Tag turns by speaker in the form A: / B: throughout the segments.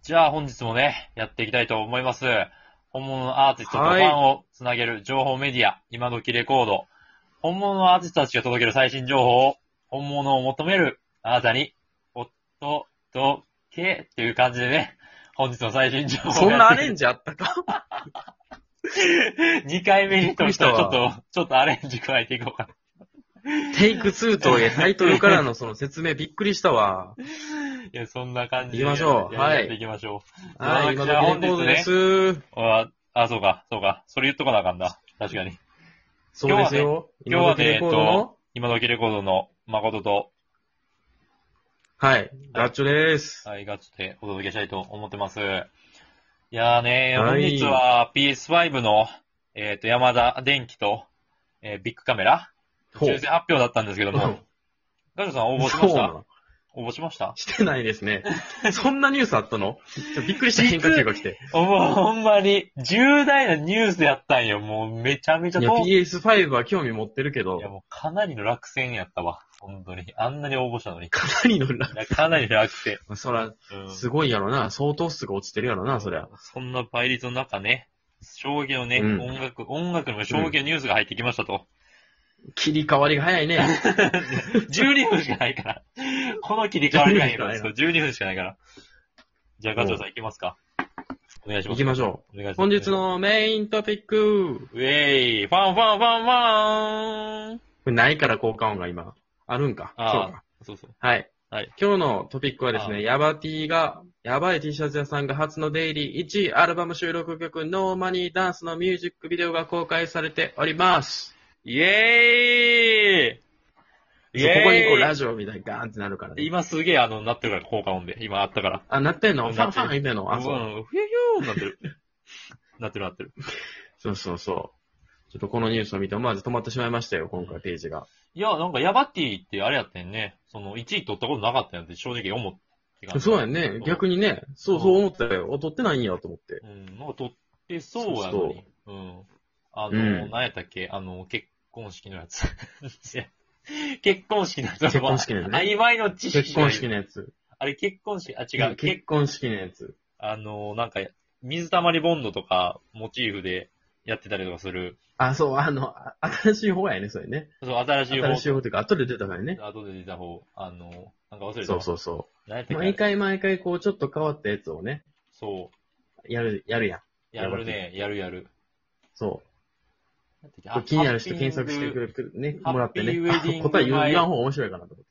A: じゃあ本日もね、やっていきたいと思います。本物のアーティストとファンをつなげる情報メディア、今時レコード。本物のアーティストたちが届ける最新情報を、本物を求めるあなたに、お届けっていう感じでね、本日の最新情報を
B: そんなアレンジあったか
A: 2回目にとしてはちょっとアレンジ加えていこうかな。
B: テイク2とタイトルからのその説明びっくりしたわ。
A: いや、そんな感じで。
B: 行きましょう。はい。
A: やっていきましょう。
B: はい、今時レコードです。
A: そうか。それ言っとかなあかんだ。確かに。
B: そうですよ。
A: 今日はね、
B: 今時レコードの
A: 今時レコードの誠と、
B: はい、ガッチョです。
A: はい、ガチでお届けしたいと思ってます。いやーね、
B: はい
A: 本日は PS5 の、ヤマダ電機と、ビッグカメラ、
B: ほう
A: 抽選発表だったんですけども、ガチョさん応募しました？応募しました？
B: してないですね。そんなニュースあったの？びっくりした変化球が来て。
A: もうほんまに重大なニュースやったんよ。もうめちゃめちゃ
B: いや、PS5 は興味持ってるけど。
A: いやもうかなりの落選やったわ。本当に。あんなに応募したのに。
B: かなりの落
A: 選。かなりの落選。
B: そら、すごいやろな。相当数が落ちてるやろな、そりゃ。
A: そんな倍率の中ね、衝撃のね、音楽の衝撃のニュースが入ってきましたと。
B: 切り替わりが早いね。
A: 12分しかないから。この切り替わりがいいのです12分しかないから。じゃあ、ガチョウさん行きますか。お願いします。
B: 行きましょう。
A: お願いします。
B: 本日のメイントピック。
A: ウェイファンファンファンファン
B: これないから効果音が今。あるんか。そうか。
A: そうそう。
B: はい。
A: はい。
B: 今日のトピックはですね、ヤバ T が、ヤバい T シャツ屋さんが初のデイリー1位アルバム収録曲ノーマニーダンスのミュージックビデオが公開されております。
A: イェーイ
B: ここにこうラジオみたいにガーンってなるからね。
A: 今すげえなってるから、効果音で。今あったから。
B: あ、なってんのファンファン言ってんのあ、そう。
A: ふよふよーなってる。なってる。
B: そうそうそう。ちょっとこのニュースを見て思わず止まってしまいましたよ、今回ページが。
A: いや、なんかヤバティってあれやってんね。その1位取ったことなかったんやって正直思って感じ。
B: そうやんね。逆にね、そう思ったよ。取ってないんやと思って。
A: なんか取ってそうやのに。何やったっけ結婚式のやつ。結婚式のやつ。
B: 結婚式のやつね。
A: 曖昧の知識。
B: 結婚式のやつ。
A: あれ結婚式、違う。
B: 結婚式のやつ。
A: なんか、水溜りボンドとかモチーフでやってたりとかする。
B: あ、そう、新しい方やね、それね。
A: そう、新しい方。
B: 新しい方というか、後で出たからね。
A: 後で出た方。なんか忘れた。
B: そう。
A: 何やったっけ
B: 毎回こう、ちょっと変わったやつをね。
A: そう。
B: やるやん。
A: やるね、やる。
B: そう。気になる人検索してくれるね、もらってね。答え言わん方が面白いかなと思って。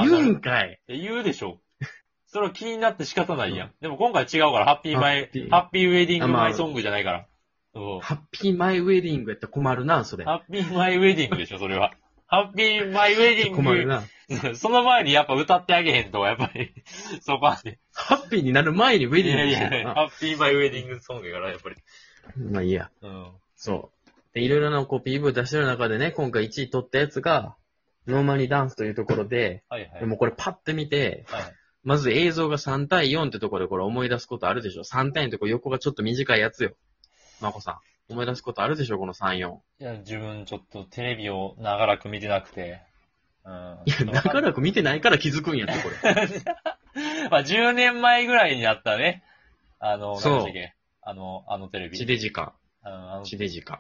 B: 言うんかい
A: 言うでしょ。それは気になって仕方ないやん。でも今回違うから、ハッピーウェディングマイソングじゃないから。
B: ハッピーマイウェディングやったら困るな、それ。
A: ハッピーマイウェディングでしょ、それは。ハッピーマイウェディング。
B: 困るな。
A: その前にやっぱ歌ってあげへんと、やっぱり、そこはね。
B: ハッピーになる前にウェディングして
A: るな。ハッピーマイウェディングソングやから、やっぱり。
B: まあいいや。そう。で、いろいろなこう PV 出してる中でね、今回1位取ったやつが、ノーマニーダンスというところで、でもこれパッて見て、まず映像が3対4ってところでこれ思い出すことあるでしょ ?3 対4ってこう横がちょっと短いやつよ。まこさん。思い出すことあるでしょこの3、4。
A: いや、自分ちょっとテレビを長らく見てなくて。
B: いや、長らく見てないから気づくんやって、これ。
A: まあ、10年前ぐらいにあったね。
B: そう。
A: 何でしたっけテレビ。
B: 地デジか。地デジか。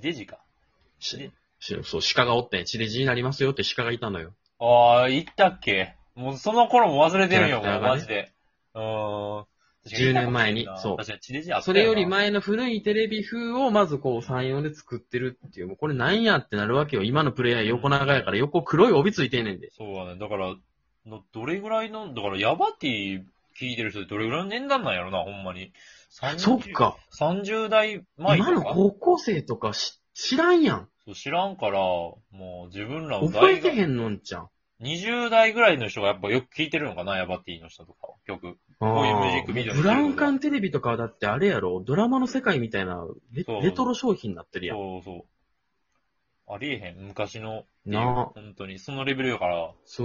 B: そう、鹿がおって地デジになりますよって鹿がいたのよ。
A: ああ、言ったっけもうその頃も忘れてるよ、もうマジで。10
B: 年前に、そう。
A: 確かに地デジあった
B: それより前の古いテレビ風をまずこう3、4で作ってるっていう、もうこれなんやってなるわけよ。今のプレイヤー横長やから横黒い帯ついてんねんで。
A: そうだね。だから、どれぐらいの、だからヤバティ聞いてる人どれぐらいの年代なんやろな、ほんまに。
B: そっか。
A: 30代前とか。
B: 今の高校生とか知らんやん。
A: そう、知らんから、もう自分らの
B: 覚えてへんのんちゃん。
A: 20代ぐらいの人がやっぱよく聞いてるのかな、ヤバティの人とか曲。こういうミュージックビデオ
B: ブラウン管テレビとかはだってあれやろ、ドラマの世界みたいなレトロ商品になってるやん。
A: そう。ありえへん、昔の。
B: な
A: 本当に、そのレベルやから。
B: そう。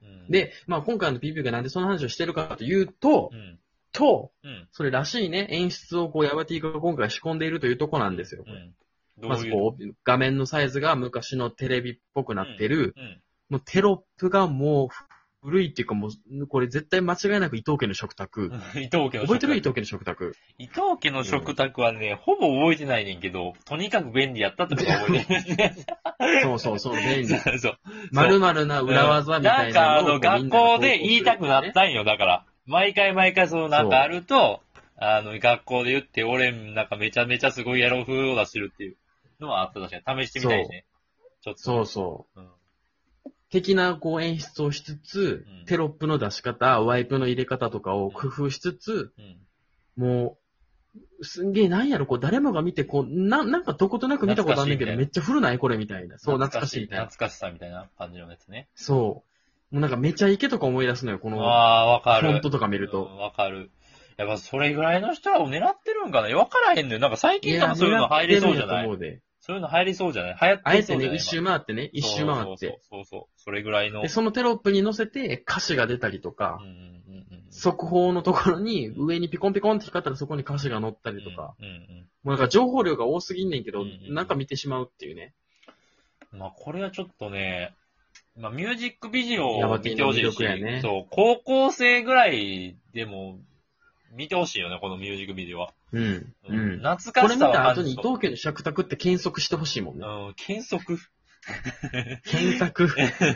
B: で、まあ今回の PV がなんでその話をしてるかというと、それらしいね、演出をこうヤバティが今回仕込んでいるというとこなんですよ。まずこう、画面のサイズが昔のテレビっぽくなってる、もうテロップがもう古いっていうかもう、これ絶対間違いなく伊藤家の食卓。
A: 伊藤家の食卓。
B: 覚えてる伊藤家の食卓。
A: 伊藤家の食卓はね、ほぼ覚えてないねんけど、とにかく便利やったってことは覚えてるね。
B: そう、便利。
A: そう。
B: 〇〇な裏技みたいなのを、
A: なんか学校で言いたくなったんよ、だから。毎回そうなんかあると、学校で言って、俺なんかめちゃめちゃすごいやろう風を出してるっていうのはあった。確かに試してみたいね。ちょっと。そう。
B: 的なこう演出をしつつ、テロップの出し方、ワイプの入れ方とかを工夫しつつ、もう、すんげえなんやろ、こう誰もが見て、こう、なんかどことなく見たことあんねんけど、めっちゃ古ないこれみたいな。そう、懐かしいみたいな。
A: 懐かしさみたいな感じのやつね。
B: そう。もうなんかめちゃイケとか思い出すのよ、この、
A: わかる。
B: フォントとか見ると。
A: わかる。やっぱそれぐらいの人らを狙ってるんかなわからへんのよ。なんか最近多分そういうの入りそうじゃないそういうの入りそうじゃない流行ってそうじゃない
B: あえてね、一周回ってね、一周回って。
A: そう。それぐらいの。
B: で、そのテロップに載せて歌詞が出たりとか、速報のところに上にピコンピコンって光ったらそこに歌詞が載ったりとか、もうなんか情報量が多すぎんねんけど、なんか見てしまうっていうね。
A: まあこれはちょっとね、まあミュージックビデオを見てほしいし、
B: ね、
A: そう、高校生ぐらいでも見てほしいよね、このミュージックビデオは。懐かしさは。
B: これ見た後に伊藤家の食卓って検索してほしいもんね。
A: 検索
B: 検索。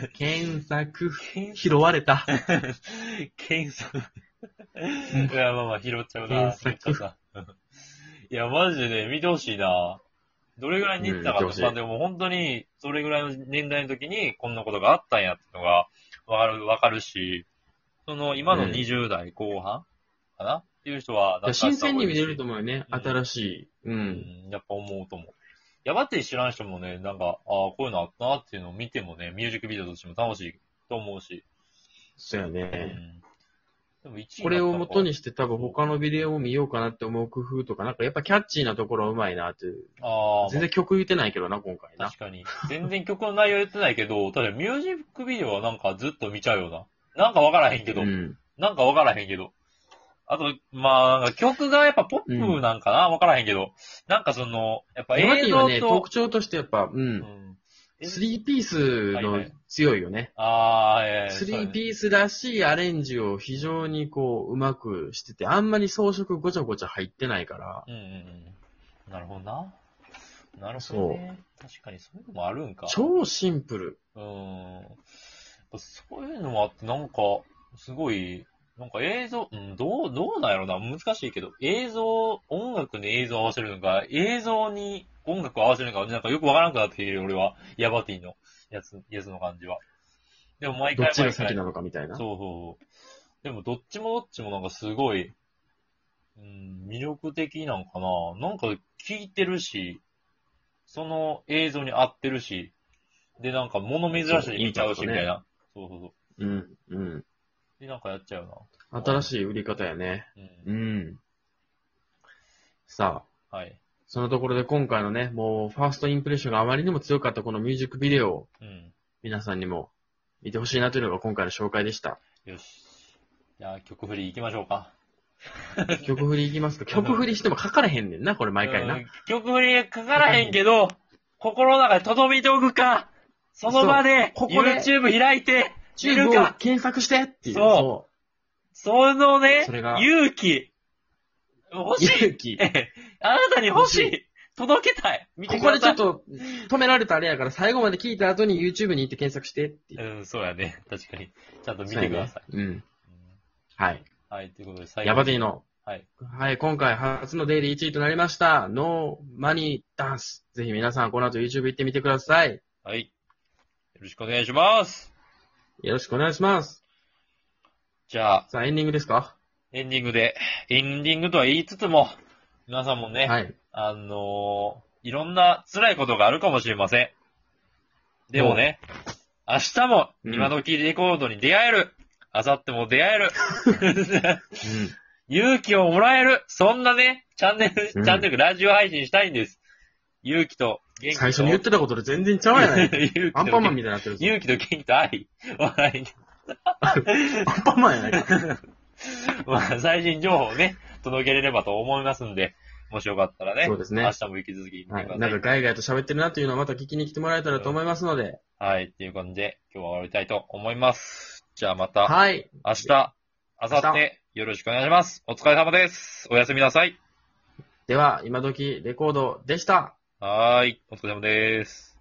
B: 拾われた。
A: 検索。いや、まあ拾っちゃうな。
B: 検索。
A: いや、マジでね、見てほしいな。どれぐらいに行ったかとか、でも本当に、それぐらいの年代の時にこんなことがあったんやってのがわかるし、その今の20代後半かなっていう人は、
B: 新鮮に見れると思うよね。新しい。
A: やっぱ思うと思う。ヤバティ知らん人もね、なんか、こういうのあったなっていうのを見てもね、ミュージックビデオとしても楽しいと思うし。
B: そうやね。
A: でも
B: これを元にして多分他のビデオを見ようかなって思う工夫とか、なんかやっぱキャッチーなところはうまいなって。全然曲言ってないけどな、今回な。
A: 確かに。全然曲の内容言ってないけど、ただミュージックビデオはなんかずっと見ちゃうよな。なんかわからへんけど。あと、まあ、なんか曲がやっぱポップなんかなわからへんけど。なんかその、やっぱ映像と。ね、
B: 特徴としてやっぱ、3ピースの強いよね。3ピースらしいアレンジを非常にこう、うまくしてて、あんまり装飾ごちゃごちゃ入ってないから。
A: なるほどな。なるほどね。確かにそういうのもあるんか。
B: 超シンプル。
A: そういうのもあって、なんか、すごい、なんか映像、どうなんやろな、難しいけど、音楽に映像を合わせるのか、映像に音楽を合わせるのか、なんかよくわからなくなってきてる、俺は。ヤバティのやつの感じは。でも毎回
B: どっちが先なのかみたいな。
A: そう。でもどっちもなんかすごい、魅力的なんかな。なんか聞いてるし、その映像に合ってるし、で、なんか物珍しい見ちゃうし、みたいな。そう。で、なんかやっちゃう
B: な。新しい売り方やね。さあ。はい。そのところで今回のね、もうファーストインプレッションがあまりにも強かったこのミュージックビデオを、皆さんにも見てほしいなというのが今回の紹介でした。
A: よし。じゃあ曲振り行きましょうか。
B: 曲振り行きますか。曲振りしても書かれへんねんな、これ毎回な。
A: 曲振り書かれへんけど、心の中で留めておくか、その場で YouTube 開いて、
B: 見るか。検索してっていう。
A: そのね、勇気。欲しい。
B: 勇気。
A: あなたに欲しい。届けたい。
B: 見てください。ここでちょっと止められたあれやから、最後まで聞いた後に YouTube に行って検索してっていう。
A: そうやね。確かに。ちゃんと見てください。
B: はい。
A: はい、ということで最後。
B: ヤバティの。
A: はい。
B: はい、今回初のデイリー1位となりました。ノーマニーダンス。ぜひ皆さんこの後 YouTube 行ってみてください。
A: はい。よろしくお願いします。
B: よろしくお願いします。
A: じゃあ。
B: さあ、エンディングですか？
A: エンディングとは言いつつも、皆さんもね、
B: はい。
A: いろんな辛いことがあるかもしれません。でもね、明日も今時レコードに出会える。明後日も出会える。勇気をもらえる。そんなね、チャンネル、ラジオ配信したいんです。勇気と元気と。
B: 最初に言ってたことで全然ちゃうやないか。アンパンマンみたいになってるぞ。
A: 勇気と元気と愛。笑い。
B: アンパンマンやないか。
A: まあ、最新情報をね、届けれればと思いますんで、もしよかったらね。
B: そうですね。
A: 明日も引き続き見てください。
B: はい。なんかガイガイと喋ってるなっていうのをまた聞きに来てもらえたらと思いますので。
A: はい。っていう感じで、今日は終わりたいと思います。 じゃあまた、
B: はい。
A: 明日、明後日、よろしくお願いします。お疲れ様です。おやすみなさい。
B: では、今時レコードでした。
A: はーい。お疲れ様です。